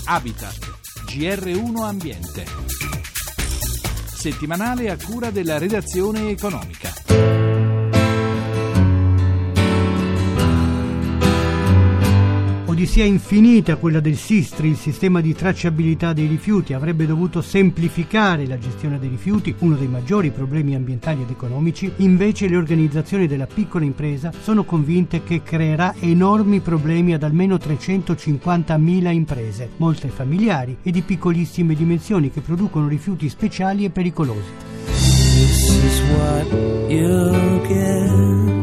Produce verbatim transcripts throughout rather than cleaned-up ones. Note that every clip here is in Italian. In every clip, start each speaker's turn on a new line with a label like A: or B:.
A: Habitat, G R uno Ambiente. Settimanale a cura della redazione economica.
B: Odissea infinita quella del SISTRI, il sistema di tracciabilità dei rifiuti. Avrebbe dovuto semplificare la gestione dei rifiuti, uno dei maggiori problemi ambientali ed economici. Invece le organizzazioni della piccola impresa sono convinte che creerà enormi problemi ad almeno trecentocinquantamila imprese, molte familiari e di piccolissime dimensioni, che producono rifiuti speciali e pericolosi. This is what you get.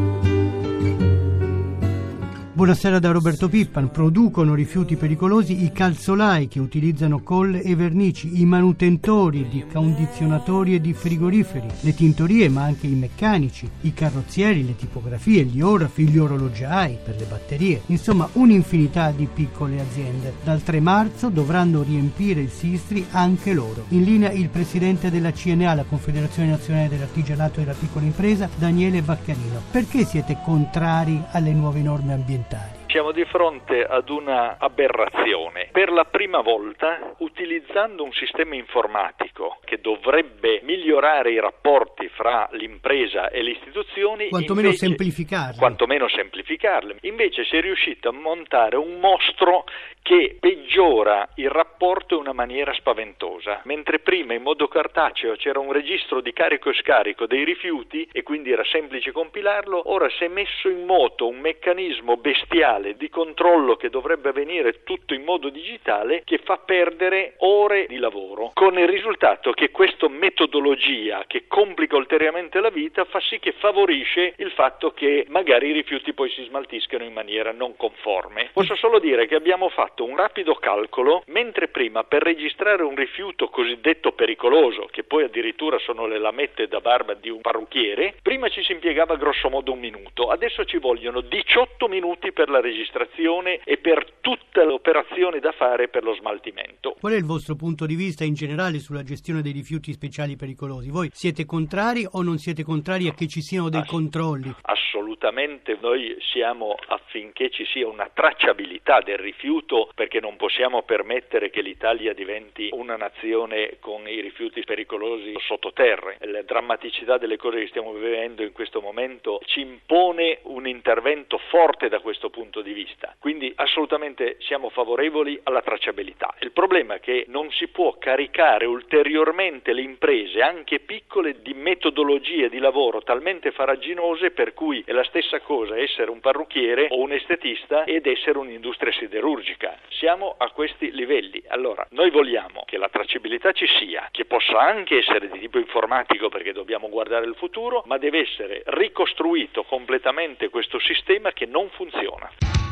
B: Buonasera da Roberto Pippan. Producono rifiuti pericolosi i calzolai, che utilizzano colle e vernici, i manutentori di condizionatori e di frigoriferi, le tintorie, ma anche i meccanici, i carrozzieri, le tipografie, gli orafi, gli orologiai per le batterie, insomma un'infinità di piccole aziende. Dal tre marzo dovranno riempire il SISTRI anche loro. In linea il presidente della C N A, la Confederazione Nazionale dell'Artigianato e della Piccola Impresa, Daniele Vaccarino. Perché siete contrari alle nuove norme ambientali?
C: Siamo di fronte ad una aberrazione. Per la prima volta, utilizzando un sistema informatico che dovrebbe migliorare i rapporti fra l'impresa e le istituzioni,
B: quantomeno
C: invece,
B: semplificarli.
C: Quantomeno semplificarli. Invece si è riuscito a montare un mostro che peggiora il rapporto in una maniera spaventosa. Mentre prima in modo cartaceo c'era un registro di carico e scarico dei rifiuti e quindi era semplice compilarlo, ora si è messo in moto un meccanismo bestiale di controllo che dovrebbe avvenire tutto in modo digitale, che fa perdere ore di lavoro, con il risultato che questa metodologia, che complica ulteriormente la vita, fa sì che favorisce il fatto che magari i rifiuti poi si smaltiscano in maniera non conforme. Posso solo dire che abbiamo fatto un rapido calcolo: mentre prima per registrare un rifiuto cosiddetto pericoloso, che poi addirittura sono le lamette da barba di un parrucchiere, prima ci si impiegava grosso modo un minuto, adesso ci vogliono diciotto minuti per la registrazione e per tutte le operazioni da fare per lo smaltimento.
B: Qual è il vostro punto di vista in generale sulla gestione dei rifiuti speciali pericolosi? Voi siete contrari o non siete contrari a che ci siano dei Ass- controlli?
C: Assolutamente, noi siamo affinché ci sia una tracciabilità del rifiuto, perché non possiamo permettere che l'Italia diventi una nazione con i rifiuti pericolosi sottoterra. La drammaticità delle cose che stiamo vivendo in questo momento ci impone un intervento forte da questo punto di vista, quindi assolutamente siamo favorevoli alla tracciabilità. Il problema è che non si può caricare ulteriormente le imprese, anche piccole, di metodologie di lavoro talmente farraginose per cui è la stessa cosa essere un parrucchiere o un estetista ed essere un'industria siderurgica. Siamo a questi livelli. Allora, noi vogliamo che la tracciabilità ci sia, che possa anche essere di tipo informatico, perché dobbiamo guardare il futuro, ma deve essere ricostruito completamente questo sistema che non funziona.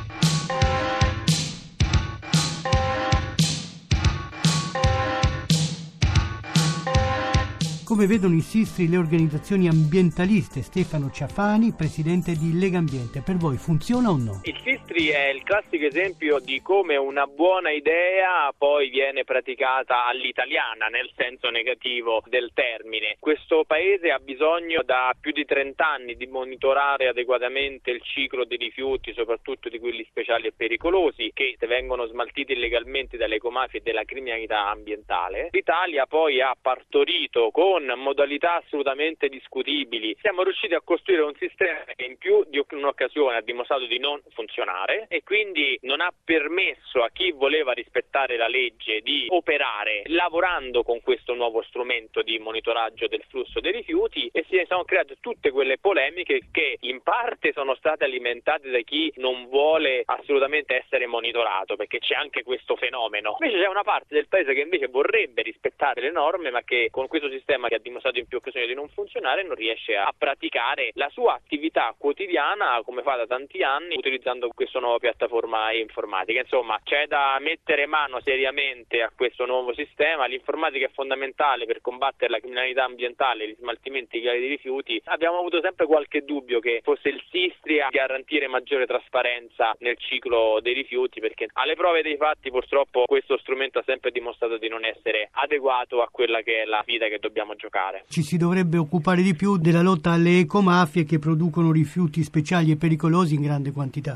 B: Come vedono il SISTRI le organizzazioni ambientaliste? Stefano Ciafani, presidente di Legambiente. Per voi funziona o no?
D: Il SISTRI è il classico esempio di come una buona idea poi viene praticata all'italiana, nel senso negativo del termine. Questo paese ha bisogno da più di trenta anni di monitorare adeguatamente il ciclo dei rifiuti, soprattutto di quelli speciali e pericolosi, che vengono smaltiti illegalmente dalle ecomafie e della criminalità ambientale. L'Italia poi ha partorito con modalità assolutamente discutibili. Siamo riusciti a costruire un sistema che in più di un'occasione ha dimostrato di non funzionare e quindi non ha permesso a chi voleva rispettare la legge di operare lavorando con questo nuovo strumento di monitoraggio del flusso dei rifiuti, e si sono create tutte quelle polemiche che in parte sono state alimentate da chi non vuole assolutamente essere monitorato, perché c'è anche questo fenomeno. Invece c'è una parte del paese che invece vorrebbe rispettare le norme, ma che con questo sistema che ha dimostrato in più occasioni di non funzionare non riesce a praticare la sua attività quotidiana come fa da tanti anni utilizzando questa nuova piattaforma informatica. Insomma, c'è da mettere mano seriamente a questo nuovo sistema. L'informatica è fondamentale per combattere la criminalità ambientale e gli smaltimenti illegali di rifiuti. Abbiamo avuto sempre qualche dubbio che fosse il SISTRI a garantire maggiore trasparenza nel ciclo dei rifiuti, perché alle prove dei fatti purtroppo questo strumento ha sempre dimostrato di non essere adeguato a quella che è la vita che dobbiamo giocare.
B: Ci si dovrebbe occupare di più della lotta alle ecomafie che producono rifiuti speciali e pericolosi in grande quantità.
D: Basta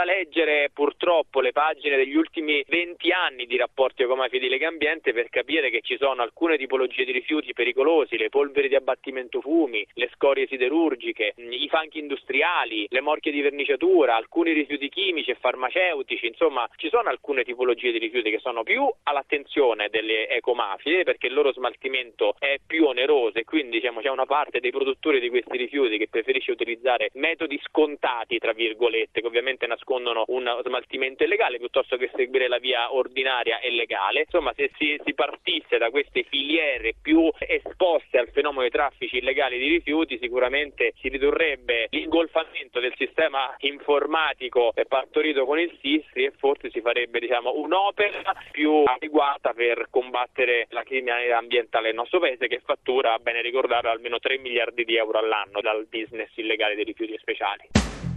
D: Basta leggere purtroppo le pagine degli ultimi venti anni di rapporti ecomafie di Legambiente per capire che ci sono alcune tipologie di rifiuti pericolosi, le polveri di abbattimento fumi, le scorie siderurgiche, i fanghi industriali, le morchie di verniciatura, alcuni rifiuti chimici e farmaceutici. Insomma, ci sono alcune tipologie di rifiuti che sono più all'attenzione delle ecomafie perché il loro smaltimento è più oneroso e quindi diciamo c'è una parte dei produttori di questi rifiuti che preferisce utilizzare metodi scontati tra virgolette che ovviamente nascondono un smaltimento illegale piuttosto che seguire la via ordinaria e legale. Insomma, se si, si partisse da queste filiere più esposte al fenomeno dei traffici illegali di rifiuti, sicuramente si ridurrebbe l'ingolfamento del sistema informatico partorito con il SISTRI e forse si farebbe diciamo un'opera più adeguata per combattere la criminalità ambientale nel nostro paese, che fattura, bene ricordare, almeno tre miliardi di euro all'anno dal business illegale dei rifiuti speciali.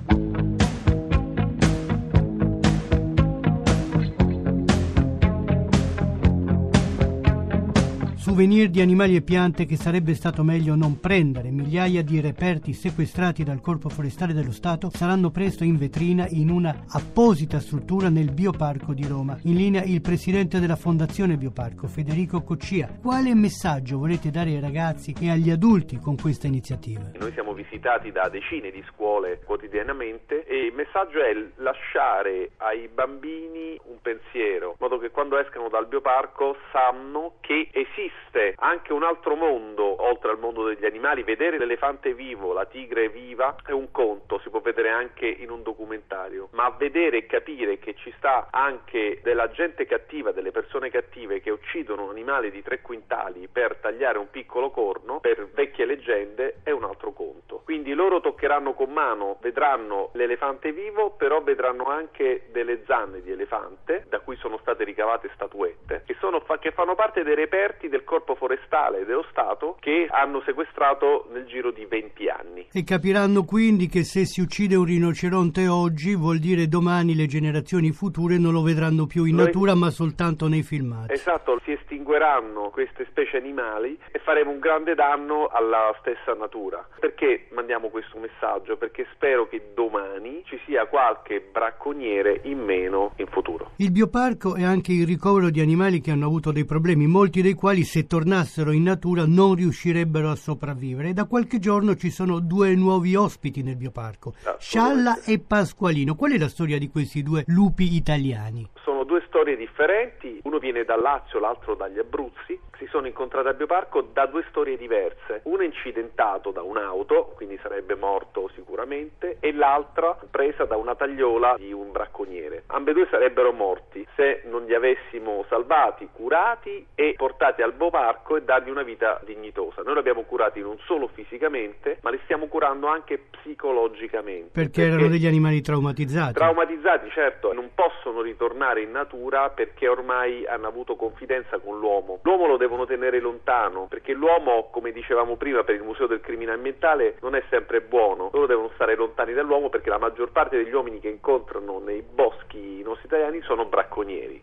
B: Souvenir di animali e piante che sarebbe stato meglio non prendere. Migliaia di reperti sequestrati dal Corpo Forestale dello Stato saranno presto in vetrina in una apposita struttura nel Bioparco di Roma. In linea il presidente della Fondazione Bioparco, Federico Coccia. Quale messaggio volete dare ai ragazzi e agli adulti con questa iniziativa?
E: Noi siamo visitati da decine di scuole quotidianamente e il messaggio è lasciare ai bambini un pensiero, in modo che quando escano dal Bioparco sanno che esiste anche un altro mondo oltre al mondo degli animali. Vedere l'elefante vivo, la tigre viva è un conto, si può vedere anche in un documentario, ma vedere e capire che ci sta anche della gente cattiva, delle persone cattive che uccidono un animale di tre quintali per tagliare un piccolo corno, per vecchie leggende, è un altro conto. Quindi loro toccheranno con mano, vedranno l'elefante vivo, però vedranno anche delle zanne di elefante da cui sono state ricavate statuette che, sono, che fanno parte dei reperti del Corpo Forestale dello Stato che hanno sequestrato nel giro di venti anni.
B: E capiranno quindi che se si uccide un rinoceronte oggi vuol dire domani le generazioni future non lo vedranno più in Noi... natura ma soltanto nei filmati.
E: Esatto, si estingueranno queste specie animali e faremo un grande danno alla stessa natura. Perché mandiamo questo messaggio? Perché spero che domani ci sia qualche bracconiere in meno in futuro.
B: Il Bioparco è anche il ricovero di animali che hanno avuto dei problemi, molti dei quali se tornassero in natura non riuscirebbero a sopravvivere. E da qualche giorno ci sono due nuovi ospiti nel Bioparco, Scialla e Pasqualino. Qual è la storia di questi due lupi italiani?
E: Sono due storie differenti, uno viene dal Lazio, l'altro dagli Abruzzi. Si sono incontrati al Bioparco da due storie diverse, uno incidentato da un'auto, quindi sarebbe morto sicuramente, e l'altra presa da una tagliola di un bracconiere. Ambedue sarebbero morti se non li avessimo salvati, curati e portati al Bioparco e dargli una vita dignitosa. Noi li abbiamo curati non solo fisicamente, ma li stiamo curando anche psicologicamente.
B: Perché, perché erano degli animali traumatizzati.
E: Traumatizzati, certo, non possono ritornare in natura perché ormai hanno avuto confidenza con l'uomo. L'uomo lo devono tenere lontano, perché l'uomo, come dicevamo prima per il Museo del Crimine Ambientale, non è sempre buono. Loro devono stare lontani dall'uomo perché la maggior parte degli uomini che incontrano nei boschi nostri italiani sono bracconieri.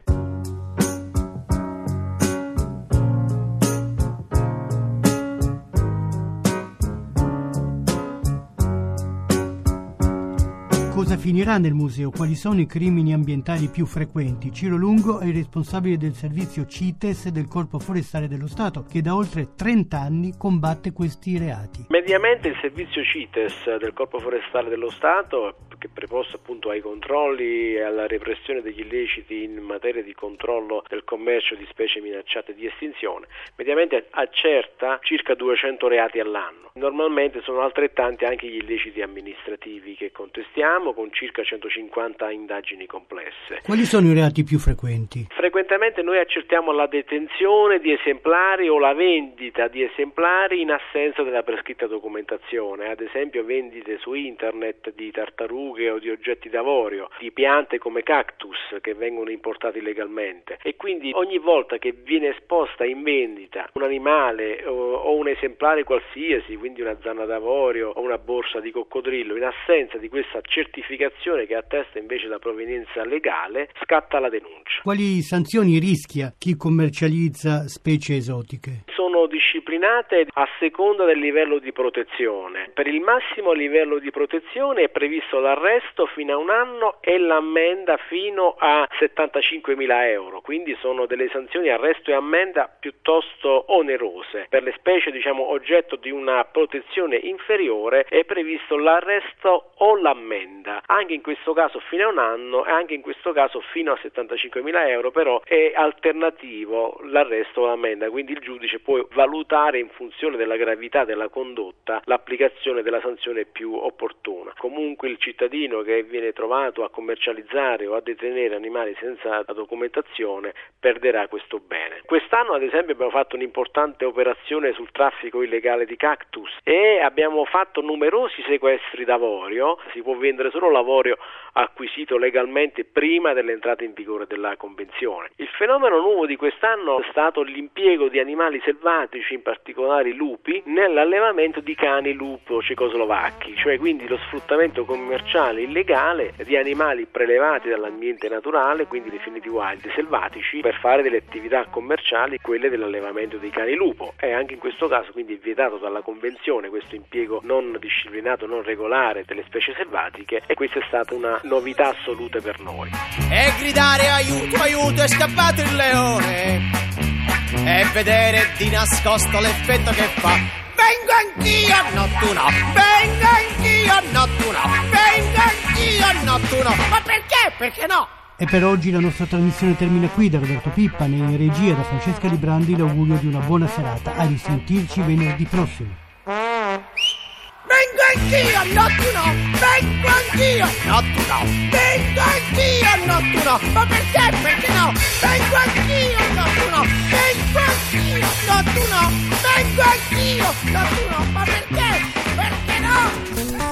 B: Cosa finirà nel museo? Quali sono i crimini ambientali più frequenti? Ciro Lungo è il responsabile del servizio CITES del Corpo Forestale dello Stato, che da oltre trenta anni combatte questi reati.
F: Mediamente il servizio CITES del Corpo Forestale dello Stato, che è preposto appunto ai controlli e alla repressione degli illeciti in materia di controllo del commercio di specie minacciate di estinzione, mediamente accerta circa duecento reati all'anno. Normalmente sono altrettanti anche gli illeciti amministrativi che contestiamo, con circa centocinquanta indagini complesse.
B: Quali sono i reati più frequenti?
F: Frequentemente noi accertiamo la detenzione di esemplari o la vendita di esemplari in assenza della prescritta documentazione, ad esempio vendite su internet di tartarughe o di oggetti d'avorio, di piante come cactus che vengono importati illegalmente, e quindi ogni volta che viene esposta in vendita un animale o, o un esemplare qualsiasi, quindi una zanna d'avorio o una borsa di coccodrillo, in assenza di questa certificazione che attesta invece la provenienza legale, scatta la denuncia.
B: Quali sanzioni rischia chi commercializza specie esotiche?
F: Sono discipline disciplinate a seconda del livello di protezione. Per il massimo livello di protezione è previsto l'arresto fino a un anno e l'ammenda fino a settantacinquemila euro, quindi sono delle sanzioni arresto e ammenda piuttosto onerose. Per le specie diciamo oggetto di una protezione inferiore è previsto l'arresto o l'ammenda, anche in questo caso fino a un anno e anche in questo caso fino a settantacinquemila euro, però è alternativo l'arresto o l'ammenda, quindi il giudice può valutare in funzione della gravità della condotta l'applicazione della sanzione più opportuna. Comunque il cittadino che viene trovato a commercializzare o a detenere animali senza documentazione perderà questo bene. Quest'anno ad esempio abbiamo fatto un'importante operazione sul traffico illegale di cactus e abbiamo fatto numerosi sequestri d'avorio. Si può vendere solo l'avorio acquisito legalmente prima dell'entrata in vigore della convenzione. Il fenomeno nuovo di quest'anno è stato l'impiego di animali selvatici, in particolare i lupi, nell'allevamento di cani lupo cecoslovacchi, cioè quindi lo sfruttamento commerciale illegale di animali prelevati dall'ambiente naturale, quindi definiti wild, selvatici, per fare delle attività commerciali, quelle dell'allevamento dei cani lupo. E anche in questo caso quindi è vietato dalla convenzione questo impiego non disciplinato, non regolare delle specie selvatiche, e questa è stata una novità assolute per noi.
G: E gridare aiuto, aiuto, è scappato il leone, e vedere di nascosto l'effetto che fa. Vengo anch'io nottuno, vengo anch'io nottuno, vengo anch'io nottuno. Ma perché? Perché no?
B: E per oggi la nostra trasmissione termina qui. Da Roberto Pippan e in regia da Francesca Librandi l'augurio di una buona serata. A risentirci venerdì prossimo.
G: Vengo anch'io nottuno, vengo anch'io nottuno, vengo anch'io nottuno. Ma perché? Perché no? Vengo anch'io nottuno, vengo anch'io nottuno, vengo anch'io nottuno. Ma perché? Perché no?